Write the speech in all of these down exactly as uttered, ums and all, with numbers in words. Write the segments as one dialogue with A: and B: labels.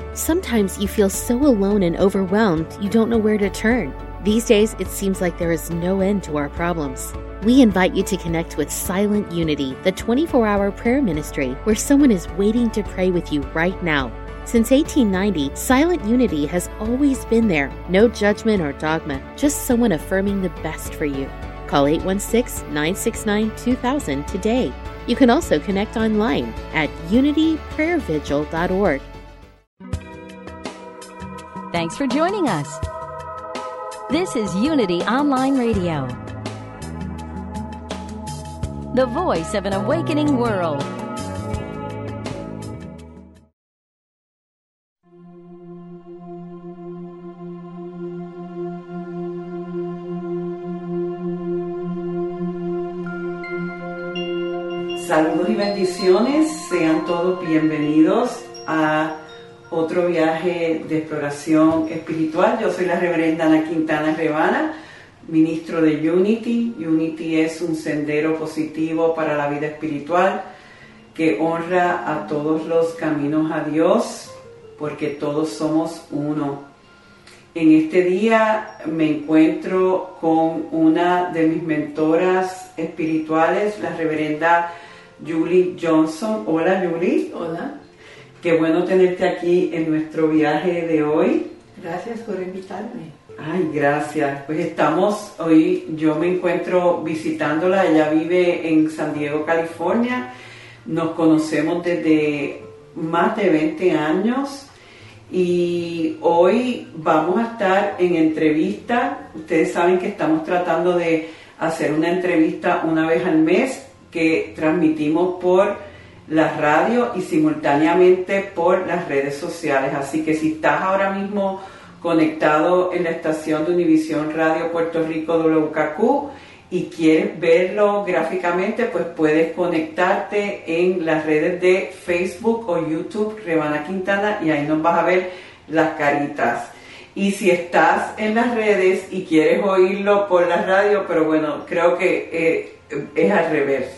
A: Sometimes you feel so alone and overwhelmed you don't know where to turn. These days, it seems like there is no end to our problems. We invite you to connect with Silent Unity, the twenty-four hour prayer ministry where someone is waiting to pray with you right now. Since eighteen ninety, Silent Unity has always been there. No judgment or dogma, just someone affirming the best for you. Call eight one six, nine six nine, two thousand today. You can also connect online at unity prayer vigil dot org.
B: Thanks for joining us. This is Unity Online Radio, the voice of an awakening world.
C: Saludos y bendiciones, sean todos bienvenidos a otro viaje de exploración espiritual. Yo soy la reverenda Ana Quintana Rebana, ministro de Unity. Unity es un sendero positivo para la vida espiritual que honra a todos los caminos a Dios, porque todos somos uno. En este día me encuentro con una de mis mentoras espirituales, la reverenda Julie Johnson. Hola, Julie.
D: Hola.
C: Qué bueno tenerte aquí en nuestro viaje de hoy.
D: Gracias por invitarme.
C: Ay, gracias. Pues estamos, hoy yo me encuentro visitándola, ella vive en San Diego, California. Nos conocemos desde más de veinte años y hoy vamos a estar en entrevista. Ustedes saben que estamos tratando de hacer una entrevista una vez al mes que transmitimos por la radio y simultáneamente por las redes sociales. Así que si estás ahora mismo conectado en la estación de Univisión Radio Puerto Rico W K Q y quieres verlo gráficamente, pues puedes conectarte en las redes de Facebook o YouTube Rebana Quintana y ahí nos vas a ver las caritas. Y si estás en las redes y quieres oírlo por la radio, pero bueno, creo que eh, es al revés.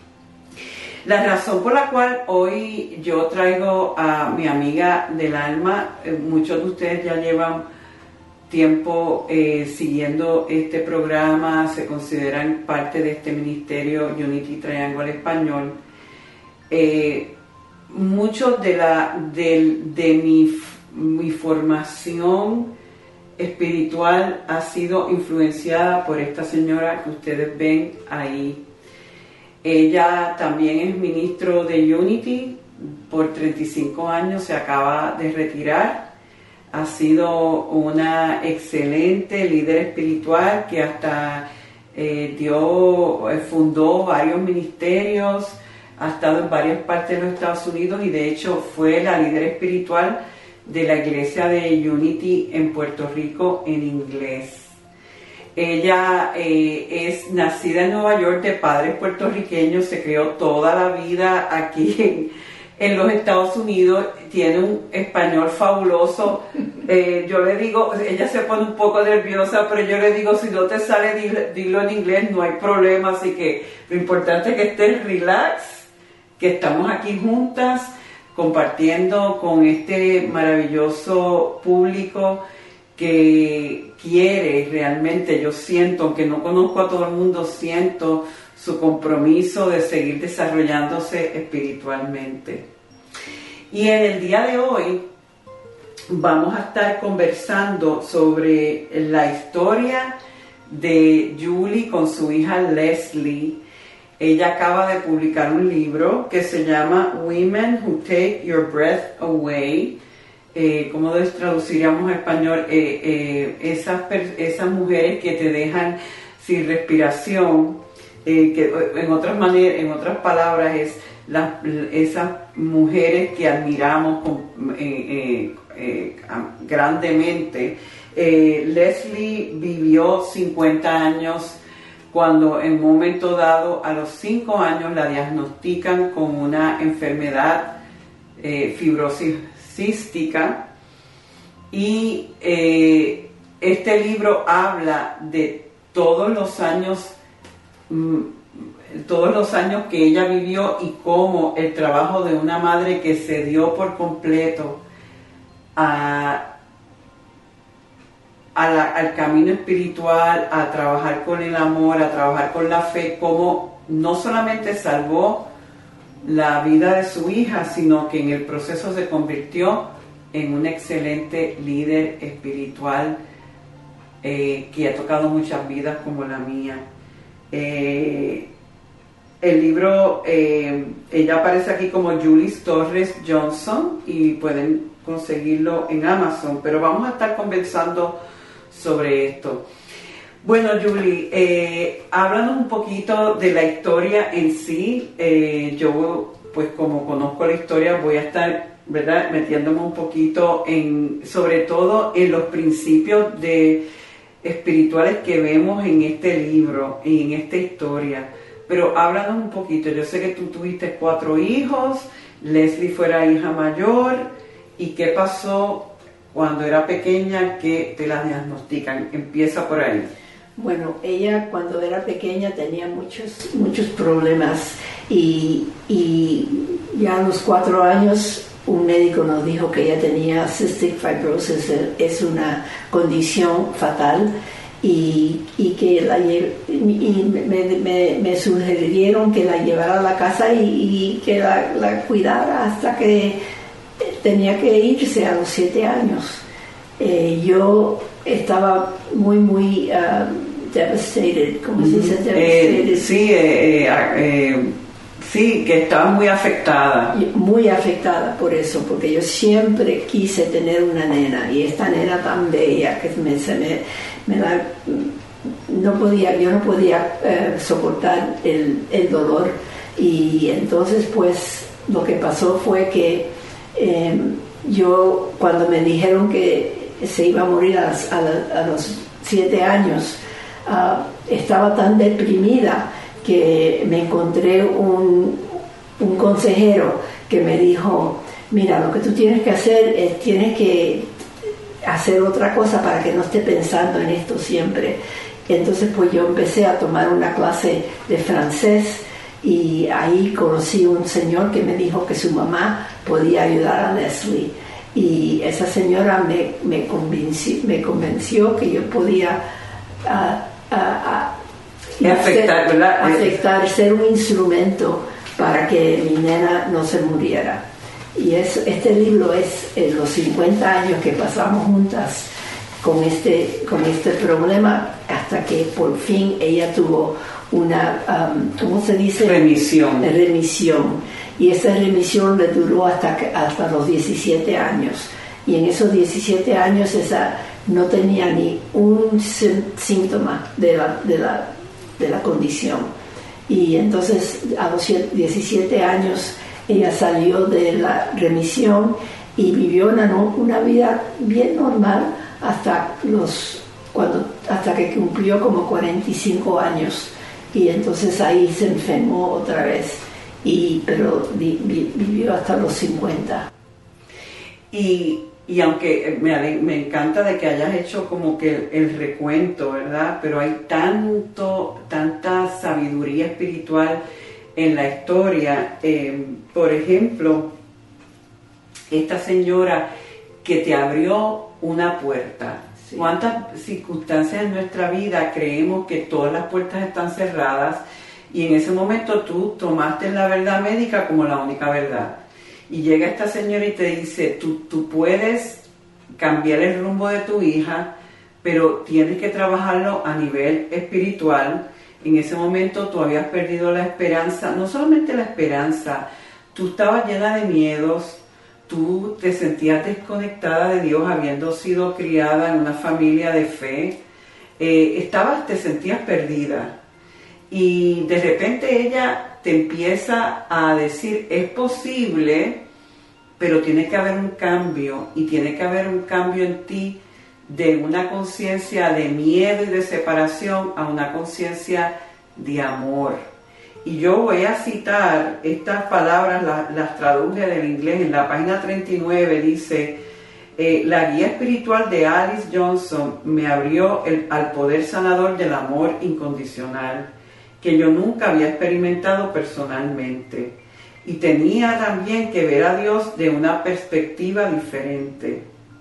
C: La razón por la cual hoy yo traigo a mi amiga del alma, eh, muchos de ustedes ya llevan tiempo eh, siguiendo este programa, se consideran parte de este ministerio Unity Triangle Español. Eh, mucho de, la, de, de mi, mi formación espiritual ha sido influenciada por esta señora que ustedes ven ahí. Ella también es ministro de Unity por treinta y cinco años, se acaba de retirar. Ha sido una excelente líder espiritual que hasta eh, dio, eh, fundó varios ministerios, ha estado en varias partes de los Estados Unidos y de hecho fue la líder espiritual de la iglesia de Unity en Puerto Rico en inglés. Ella eh, es nacida en Nueva York de padres puertorriqueños, se crió toda la vida aquí en, en los Estados Unidos, tiene un español fabuloso. Eh, yo le digo, ella se pone un poco nerviosa, pero yo le digo, si no te sale, dilo, dilo en inglés, no hay problema. Así que lo importante es que estés relax, que estamos aquí juntas compartiendo con este maravilloso público que quiere realmente, yo siento, aunque no conozco a todo el mundo, siento su compromiso de seguir desarrollándose espiritualmente. Y en el día de hoy vamos a estar conversando sobre la historia de Julie con su hija Leslie. Ella acaba de publicar un libro que se llama Women Who Take Your Breath Away. Eh, ¿Cómo traduciríamos a español? Eh, eh, esas, esas mujeres que te dejan sin respiración, eh, que en otras maneras, en otras palabras es la, esas mujeres que admiramos con, eh, eh, eh, grandemente. Eh, Leslie vivió cincuenta años cuando en un momento dado, a los cinco años, la diagnostican con una enfermedad, eh, fibrosis cística, y eh, este libro habla de todos los años mm, todos los años que ella vivió y cómo el trabajo de una madre que se dio por completo a, a la, al camino espiritual, a trabajar con el amor, a trabajar con la fe, como no solamente salvó la vida de su hija, sino que en el proceso se convirtió en un excelente líder espiritual eh, que ha tocado muchas vidas como la mía. Eh, el libro, eh, ella aparece aquí como Julie Torres Johnson y pueden conseguirlo en Amazon, pero vamos a estar conversando sobre esto. Bueno, Julie, eh, háblanos un poquito de la historia en sí. Eh, yo, pues como conozco la historia, voy a estar, ¿verdad?, metiéndome un poquito en, sobre todo en los principios de espirituales que vemos en este libro y en esta historia. Pero háblanos un poquito. Yo sé que tú tuviste cuatro hijos, Leslie fue la hija mayor, ¿y qué pasó cuando era pequeña que te la diagnostican? Empieza por ahí.
D: Bueno, ella cuando era pequeña tenía muchos, muchos problemas y, y ya a los cuatro años un médico nos dijo que ella tenía cystic fibrosis, es una condición fatal, y, y que la y me, me, me sugirieron que la llevara a la casa y, y que la, la cuidara hasta que tenía que irse a los siete años. Eh, yo estaba muy, muy uh, devastated, ¿cómo se dice? Devastated.
C: Eh, sí, eh, eh, eh, sí, que estaba muy afectada.
D: Muy afectada por eso, porque yo siempre quise tener una nena, y esta nena tan bella que me, se me, me la, no podía, yo no podía eh, soportar el, el dolor, y entonces pues lo que pasó fue que eh, yo, cuando me dijeron que se iba a morir a, a, la, a los siete años, uh, estaba tan deprimida que me encontré un, un consejero que me dijo: mira, lo que tú tienes que hacer es, tienes que hacer otra cosa para que no esté pensando en esto siempre. Entonces pues yo empecé a tomar una clase de francés, y ahí conocí un señor que me dijo que su mamá podía ayudar a Leslie, y esa señora me, me, convenció, me convenció que yo podía uh, uh, uh,
C: afectar,
D: ser, afectar, ser un instrumento para que mi nena no se muriera. Y es, este libro es eh, los cincuenta años que pasamos juntas con este, con este problema, hasta que por fin ella tuvo una, um, ¿cómo se dice?
C: Remisión.
D: Remisión. Y esa remisión le duró hasta, hasta los diecisiete años. Y en esos diecisiete años esa no tenía ni un síntoma de la, de la, de la condición. Y entonces a los diecisiete años ella salió de la remisión y vivió una, una vida bien normal hasta, los, cuando, hasta que cumplió como cuarenta y cinco años. Y entonces ahí se enfermó otra vez, y, pero vi, vi, vivió hasta los cincuenta.
C: Y, y aunque me, me encanta de que hayas hecho como que el, el recuento, ¿verdad? Pero hay tanto, tanta sabiduría espiritual en la historia. Eh, por ejemplo, esta señora que te abrió una puerta. Sí. ¿Cuántas circunstancias en nuestra vida creemos que todas las puertas están cerradas, y en ese momento tú tomaste la verdad médica como la única verdad? Y llega esta señora y te dice: tú, tú puedes cambiar el rumbo de tu hija, pero tienes que trabajarlo a nivel espiritual. En ese momento tú habías perdido la esperanza, no solamente la esperanza, tú estabas llena de miedos, tú te sentías desconectada de Dios habiendo sido criada en una familia de fe, eh, estabas, te sentías perdida, y de repente ella te empieza a decir: es posible, pero tiene que haber un cambio, y tiene que haber un cambio en ti, de una conciencia de miedo y de separación a una conciencia de amor. Y yo voy a citar estas palabras, las, las traduje del inglés. En la página treinta y nueve dice: eh, la guía espiritual de Alice Johnson me abrió el, al poder sanador del amor incondicional, que yo nunca había experimentado personalmente, y tenía también que ver a Dios de una perspectiva diferente.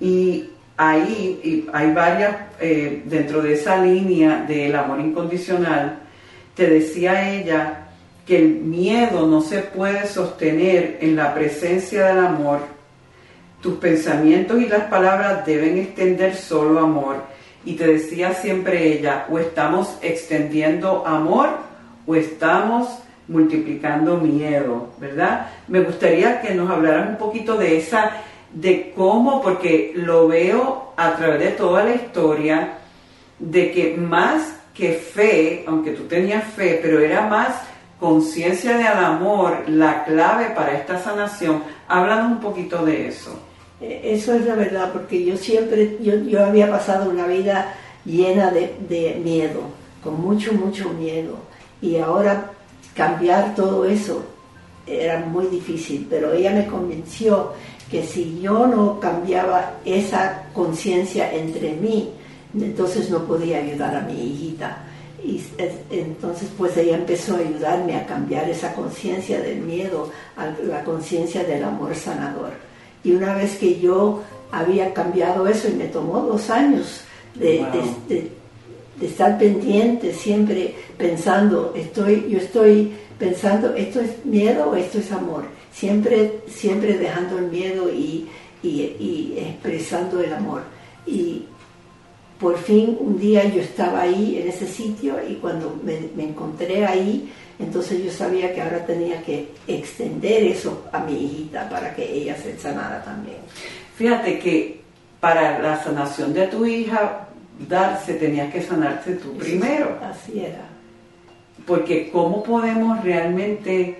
C: Y ahí y hay varias, eh, dentro de esa línea del amor incondicional, te decía ella que el miedo no se puede sostener en la presencia del amor. Tus pensamientos y las palabras deben extender solo amor. Y te decía siempre ella, o estamos extendiendo amor o estamos multiplicando miedo, ¿verdad? Me gustaría que nos hablaras un poquito de esa, de cómo, porque lo veo a través de toda la historia, de que más que fe, aunque tú tenías fe, pero era más conciencia del amor la clave para esta sanación. Háblanos un poquito de eso.
D: Eso es la verdad, porque yo siempre, yo, yo había pasado una vida llena de, de miedo, con mucho, mucho miedo, y ahora cambiar todo eso era muy difícil, pero ella me convenció que si yo no cambiaba esa conciencia entre mí, entonces no podía ayudar a mi hijita. Y entonces pues ella empezó a ayudarme a cambiar esa conciencia del miedo a la conciencia del amor sanador. Y una vez que yo había cambiado eso, y me tomó dos años de, wow. de, de, de estar pendiente, siempre pensando, estoy, yo estoy pensando, ¿esto es miedo o esto es amor? Siempre, siempre dejando el miedo y, y, y expresando el amor. Y por fin un día yo estaba ahí en ese sitio, y cuando me, me encontré ahí, entonces yo sabía que ahora tenía que extender eso a mi hijita para que ella se sanara también.
C: Fíjate que para la sanación de tu hija darse, tenías que sanarte tú eso, primero.
D: Así era.
C: Porque ¿cómo podemos realmente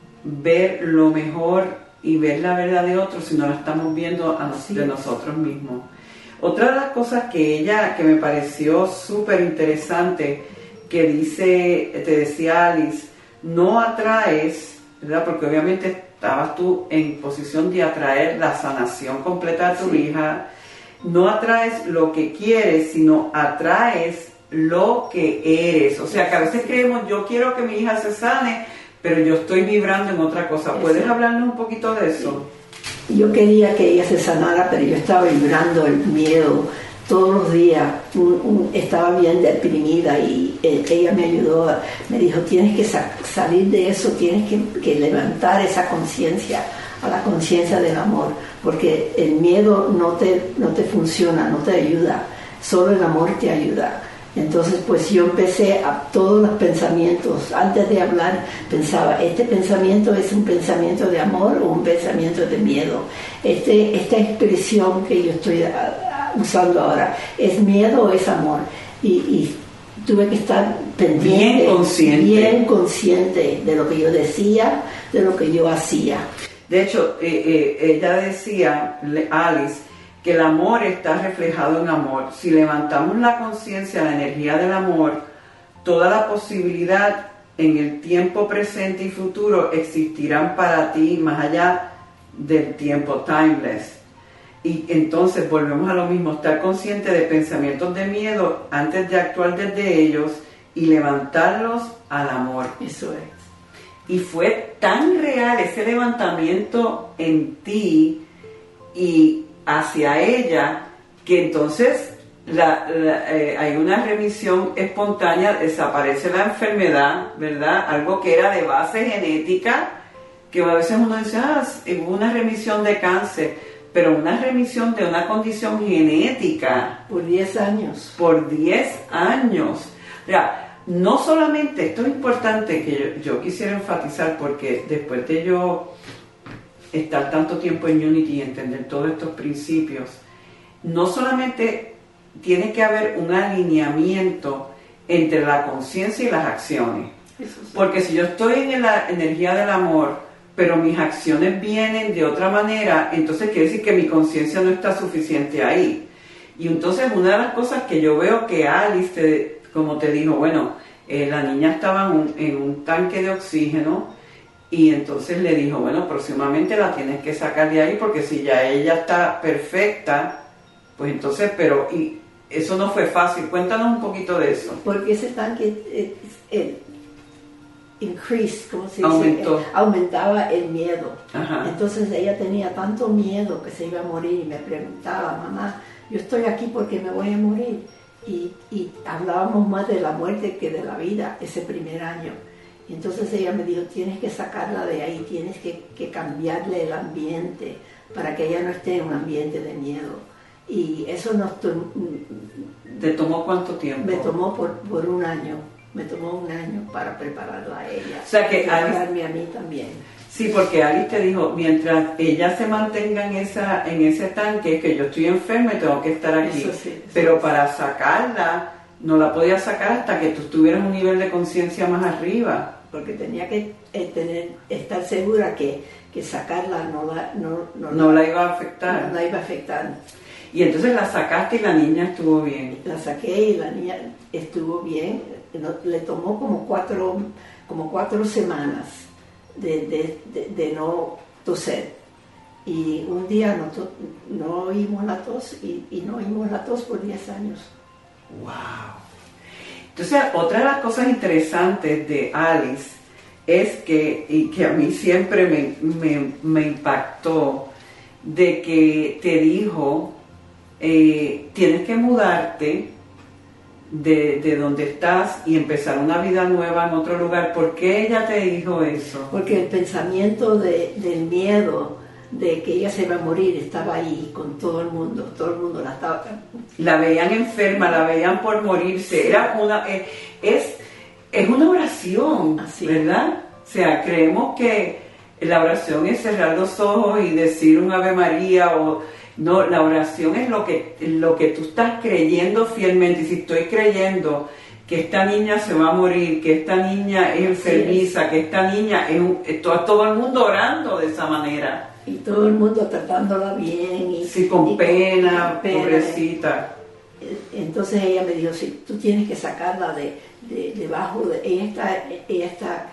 C: ver lo mejor y ver la verdad de otros si no la estamos viendo a nos, de nosotros mismos? Otra de las cosas que ella, que me pareció súper interesante, que dice, te decía Alice, no atraes, ¿verdad? Porque obviamente estabas tú en posición de atraer la sanación completa de tu sí. hija. No atraes lo que quieres, sino atraes lo que eres. O sea, que a veces creemos, yo quiero que mi hija se sane, pero yo estoy vibrando en otra cosa. ¿Puedes eso. hablarnos un poquito de eso?
D: Yo quería que ella se sanara, pero yo estaba vibrando el miedo todos los días. Un, un, estaba bien deprimida, y eh, ella me ayudó, me dijo, tienes que sa- salir de eso, tienes que, que levantar esa conciencia a la conciencia del amor, porque el miedo no te, no te funciona, no te ayuda, solo el amor te ayuda. Entonces pues yo empecé a todos los pensamientos, antes de hablar pensaba, este pensamiento es un pensamiento de amor o un pensamiento de miedo, este, esta expresión que yo estoy a, a, usando ahora, ¿es miedo o es amor? Y, y tuve que estar pendiente,
C: bien consciente.
D: bien consciente de lo que yo decía, de lo que yo hacía.
C: De hecho, eh, eh, ella decía, Alice, que el amor está reflejado en amor. Si levantamos la conciencia, la energía del amor, toda la posibilidad en el tiempo presente y futuro existirán para ti más allá del tiempo, timeless. Y entonces volvemos a lo mismo, estar consciente de pensamientos de miedo antes de actuar desde ellos y levantarlos al amor.
D: Eso es.
C: Y fue tan real ese levantamiento en ti y hacia ella, que entonces la, la, eh, hay una remisión espontánea, desaparece la enfermedad, ¿verdad? Algo que era de base genética, que a veces uno dice, ah, hubo una remisión de cáncer, pero una remisión de una condición genética.
D: Por diez años.
C: Por diez años. O sea, no solamente, esto es importante que yo, yo quisiera enfatizar, porque después de yo estar tanto tiempo en Unity y entender todos estos principios, no solamente tiene que haber un alineamiento entre la conciencia y las acciones. Eso sí. Porque si yo estoy en la energía del amor, pero mis acciones vienen de otra manera, entonces quiere decir que mi conciencia no está suficiente ahí. Y entonces una de las cosas que yo veo que Alice, te, como te dijo, bueno, eh, la niña estaba en un, en un tanque de oxígeno, y entonces le dijo, bueno, próximamente la tienes que sacar de ahí, porque si ya ella está perfecta, pues entonces, pero y eso no fue fácil. Cuéntanos un poquito de eso.
D: Porque ese tanque, eh, eh, increased, ¿cómo se dice?
C: Aumentó.
D: Eh, aumentaba el miedo.
C: Ajá.
D: Entonces ella tenía tanto miedo que se iba a morir y me preguntaba, mamá, yo estoy aquí porque me voy a morir. Y, y hablábamos más de la muerte que de la vida ese primer año. Y entonces ella me dijo, tienes que sacarla de ahí, tienes que, que cambiarle el ambiente para que ella no esté en un ambiente de miedo. Y eso nos to-
C: ¿Te tomó cuánto tiempo?
D: me tomó por, por un año, me tomó un año para prepararla a ella.
C: O sea que
D: y
C: Alice-
D: prepararme a mí también.
C: Sí, porque Alice te dijo, mientras ella se mantenga en, esa, en ese tanque, es que yo estoy enferma y tengo que estar aquí.
D: Eso sí, eso
C: Pero
D: sí.
C: para sacarla, no la podía sacar hasta que tú tuvieras un nivel de conciencia más arriba.
D: Porque tenía que eh, tener, estar segura que, que sacarla no la, no, no,
C: No la iba a afectar.
D: no la iba a afectar.
C: Y entonces la sacaste y la niña estuvo bien.
D: La saqué y la niña estuvo bien. No- le tomó como cuatro, como cuatro semanas de, de, de, de no toser. Y un día no, to- no oímos la tos y, y no oímos la tos por diez años.
C: ¡Wow! Entonces, otra de las cosas interesantes de Alice es que, y que a mí siempre me, me, me impactó, de que te dijo, eh, tienes que mudarte de, de donde estás y empezar una vida nueva en otro lugar. ¿Por qué ella te dijo eso?
D: Porque el pensamiento de, del miedo de que ella se iba a morir estaba ahí con todo el mundo. Todo el mundo la estaba...
C: La veían enferma, la veían por morirse.
D: Sí.
C: Era una, eh, es, es una oración,
D: Así.
C: ¿verdad? O sea, creemos que la oración es cerrar los ojos y decir un Ave María o no, la oración es lo que, lo que tú estás creyendo fielmente. Y si estoy creyendo que esta niña se va a morir, que esta niña es enfermiza, que esta niña es, un, es todo, todo el mundo orando de esa manera.
D: Y todo el mundo tratándola bien. Y,
C: Sí, con
D: y
C: pena,
D: con pena.
C: pobrecita.
D: Entonces ella me dijo, sí, tú tienes que sacarla de, de, debajo, de, ella, está, ella está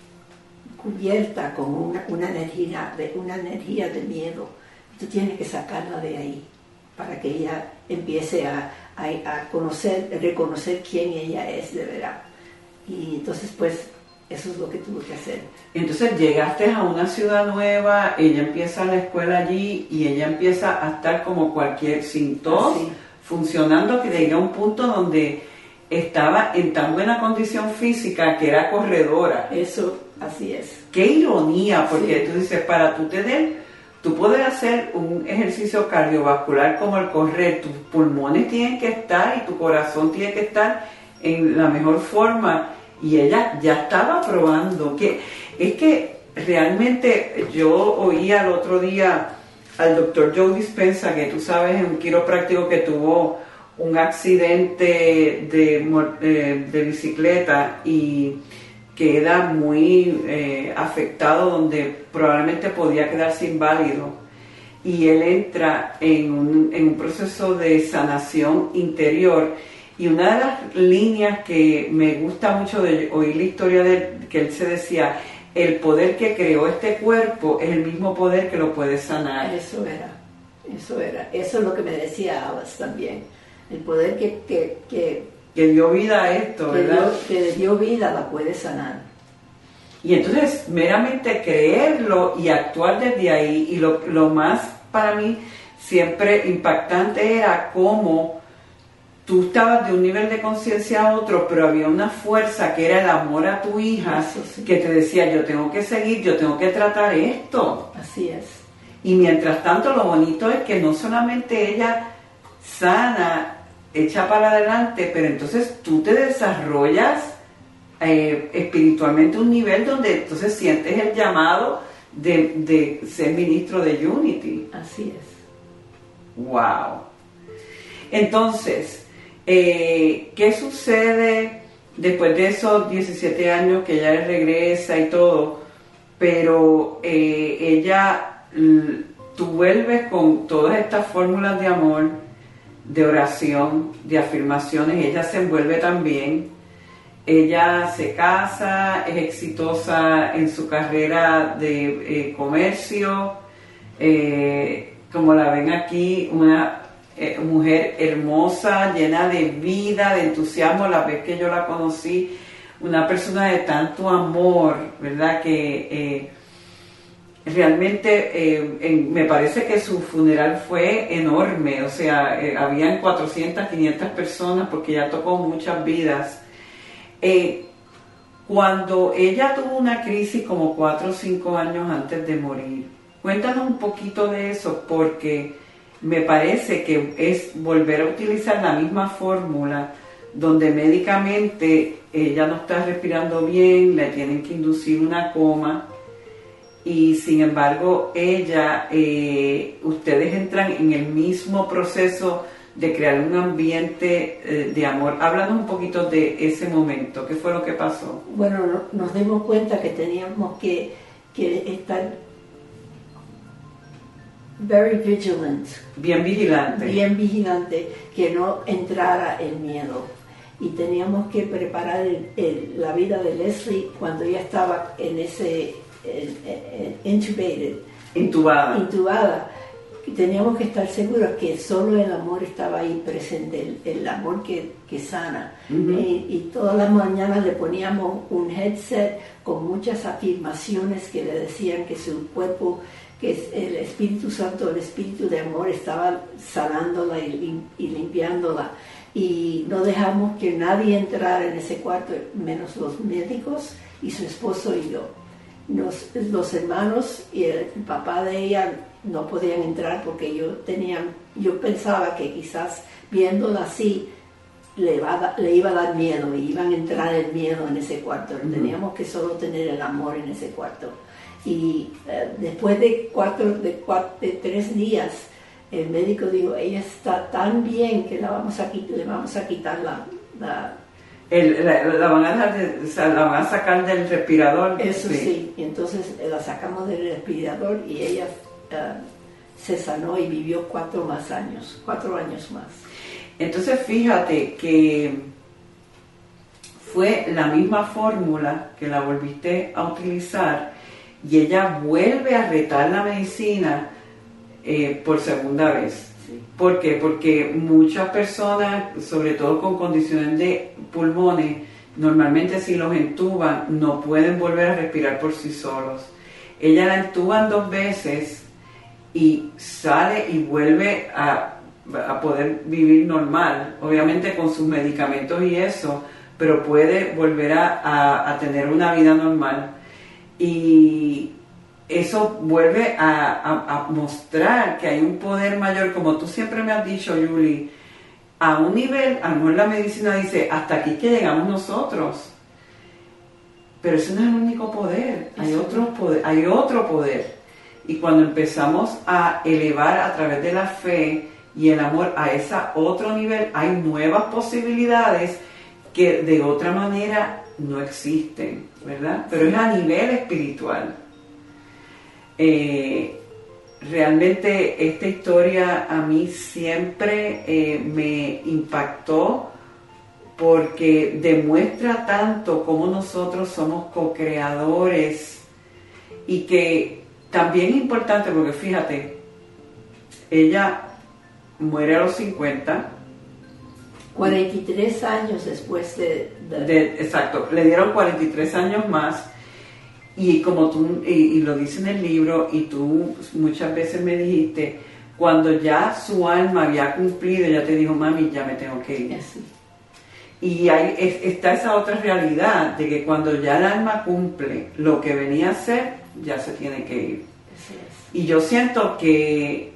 D: cubierta con una, una, energía, de, una energía de miedo, tú tienes que sacarla de ahí para que ella empiece a, a, a conocer, a reconocer quién ella es de verdad. Y entonces pues eso es lo que tuve que hacer.
C: Entonces llegaste a una ciudad nueva, ella empieza la escuela allí y ella empieza a estar como cualquier sin tos,
D: Así.
C: funcionando, que llega a un punto donde estaba en tan buena condición física que era corredora.
D: Eso, así es.
C: Qué ironía, porque
D: Sí.
C: tú dices, para tú tener, tú poder hacer un ejercicio cardiovascular como el correr, tus pulmones tienen que estar y tu corazón tiene que estar en la mejor forma. Y ella ya estaba probando, que es que realmente yo oía el otro día al doctor Joe Dispenza, que tú sabes, es un quiropráctico que tuvo un accidente de, mor- eh, de bicicleta y queda muy eh, afectado, donde probablemente podía quedarse inválido. Y él entra en un, en un proceso de sanación interior. Y una de las líneas que me gusta mucho de oír la historia de él, que él se decía, el poder que creó este cuerpo es el mismo poder que lo puede sanar.
D: Eso era, eso era, eso es lo que me decía Alice también, el poder que, que, que,
C: Que dio vida a esto,
D: que,
C: ¿verdad?
D: dio, que le dio vida la puede sanar.
C: Y entonces, meramente creerlo y actuar desde ahí, y lo, lo más para mí siempre impactante era cómo tú estabas de un nivel de conciencia a otro, pero había una fuerza que era el amor a tu hija,
D: Eso sí.
C: que te decía, yo tengo que seguir, yo tengo que tratar esto.
D: Así es.
C: Y mientras tanto, lo bonito es que no solamente ella sana, echa para adelante, pero entonces tú te desarrollas eh, espiritualmente a un nivel donde entonces sientes el llamado de, de ser ministro de Unity.
D: Así es.
C: ¡Wow! Entonces, eh, ¿qué sucede después de esos diecisiete años que ella regresa y todo? Pero eh, ella, l- tú vuelves con todas estas fórmulas de amor, de oración, de afirmaciones, ella se envuelve también. Ella se casa, es exitosa en su carrera de eh, comercio, eh, como la ven aquí, una eh, mujer hermosa, llena de vida, de entusiasmo. La vez que yo la conocí, una persona de tanto amor, ¿verdad? Que eh, realmente eh, en, me parece que su funeral fue enorme, o sea, eh, habían cuatrocientas, quinientas personas porque ella tocó muchas vidas. Eh, cuando ella tuvo una crisis como cuatro o cinco años antes de morir, cuéntanos un poquito de eso, porque me parece que es volver a utilizar la misma fórmula donde médicamente ella no está respirando bien, le tienen que inducir una coma y sin embargo ella, eh, ustedes entran en el mismo proceso de crear un ambiente eh, de amor. Háblanos un poquito de ese momento, ¿qué fue lo que pasó?
D: Bueno, no, nos dimos cuenta que teníamos que, que estar very vigilant.
C: Bien vigilante.
D: Bien vigilante, que no entrara el miedo. Y teníamos que preparar el, el, la vida de Leslie cuando ella estaba en ese el, el, intubated,
C: intubada.
D: intubada. Y teníamos que estar seguros que solo el amor estaba ahí presente, el, el amor que, que sana. Uh-huh. y, y todas las mañanas le poníamos un headset con muchas afirmaciones que le decían que su cuerpo, que es el Espíritu Santo, el Espíritu de amor, estaba sanándola y, y limpiándola. Y no dejamos que nadie entrara en ese cuarto, menos los médicos y su esposo y yo. Nos, los hermanos y el papá de ella no podían entrar porque yo tenía, yo pensaba que quizás viéndola así le, va, le iba a dar miedo y iban a entrar el miedo en ese cuarto. Uh-huh. Teníamos que solo tener el amor en ese cuarto. Y eh, después de cuatro, de cuatro, de tres días, el médico dijo, ella está tan bien que la vamos a, le vamos a quitar la... la,
C: el, la, la, van a dejar de, o sea, la van a sacar del respirador.
D: Eso sí, sí. Y entonces la sacamos del respirador y ella uh, se sanó y vivió cuatro más años, cuatro años más.
C: Entonces fíjate que fue la misma fórmula que la volviste a utilizar y ella vuelve a retar la medicina Eh, por segunda vez. Sí. ¿Por qué? Porque muchas personas, sobre todo con condiciones de pulmones, normalmente si los entuban no pueden volver a respirar por sí solos. Ella la entuban dos veces y sale y vuelve a, a poder vivir normal, obviamente con sus medicamentos y eso, pero puede volver a, a, a tener una vida normal. Y eso vuelve a, a, a mostrar que hay un poder mayor, como tú siempre me has dicho, Julie, a un nivel, a lo mejor la medicina dice, hasta aquí que llegamos nosotros, pero ese no es el único poder, hay otro poder, hay otro poder, y cuando empezamos a elevar a través de la fe y el amor a ese otro nivel, hay nuevas posibilidades que de otra manera no existen, ¿verdad? Pero es a nivel espiritual. Eh, realmente esta historia a mí siempre eh, me impactó porque demuestra tanto cómo nosotros somos co-creadores y que también es importante porque fíjate, ella muere a los cincuenta,
D: cuarenta y tres años después de, de...
C: de exacto, le dieron cuarenta y tres años más. Y como tú, y, y lo dice en el libro, y tú muchas veces me dijiste, cuando ya su alma había cumplido, ella te dijo, mami, ya me tengo que ir.
D: Sí.
C: Y hay, es, está esa otra realidad, de que cuando ya el alma cumple lo que venía a ser, ya se tiene que ir.
D: Así es.
C: Y yo siento que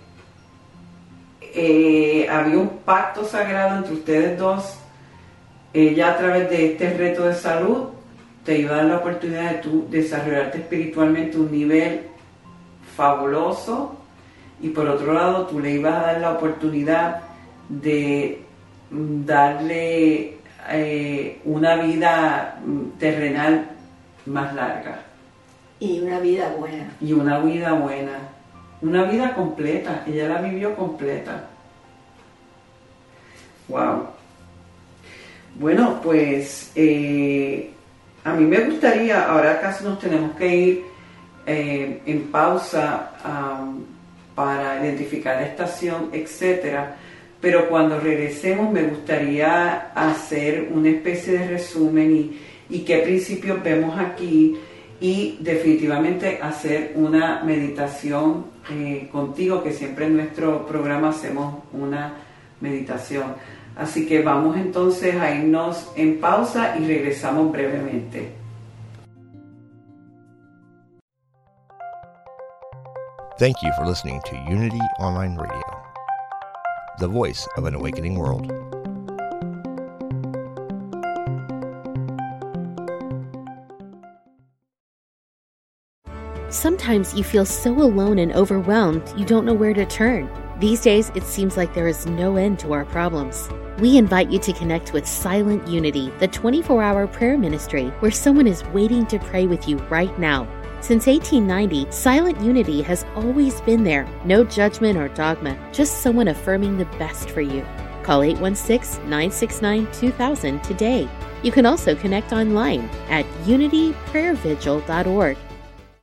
C: eh, había un pacto sagrado entre ustedes dos, ella a través de este reto de salud, te iba a dar la oportunidad de tú desarrollarte espiritualmente a un nivel fabuloso y por otro lado tú le ibas a dar la oportunidad de darle eh, una vida terrenal más larga.
D: Y una vida buena.
C: Y una vida buena. Una vida completa. Ella la vivió completa. Wow. Bueno, pues... Eh, a mí me gustaría, ahora casi nos tenemos que ir eh, en pausa um, para identificar la estación, etcétera. Pero cuando regresemos me gustaría hacer una especie de resumen y y qué principios vemos aquí, y definitivamente hacer una meditación eh, contigo, que siempre en nuestro programa hacemos una meditación. Así que vamos entonces a irnos en pausa y regresamos brevemente.
E: Thank you for listening to Unity Online Radio, the voice of an awakening world.
A: Sometimes you feel so alone and overwhelmed you don't know where to turn. These days, it seems like there is no end to our problems. We invite you to connect with Silent Unity, the twenty-four hour prayer ministry, where someone is waiting to pray with you right now. Since eighteen ninety, Silent Unity has always been there. No judgment or dogma, just someone affirming the best for you. Call eight one six, nine six nine, two thousand today. You can also connect online at unity prayer vigil dot org.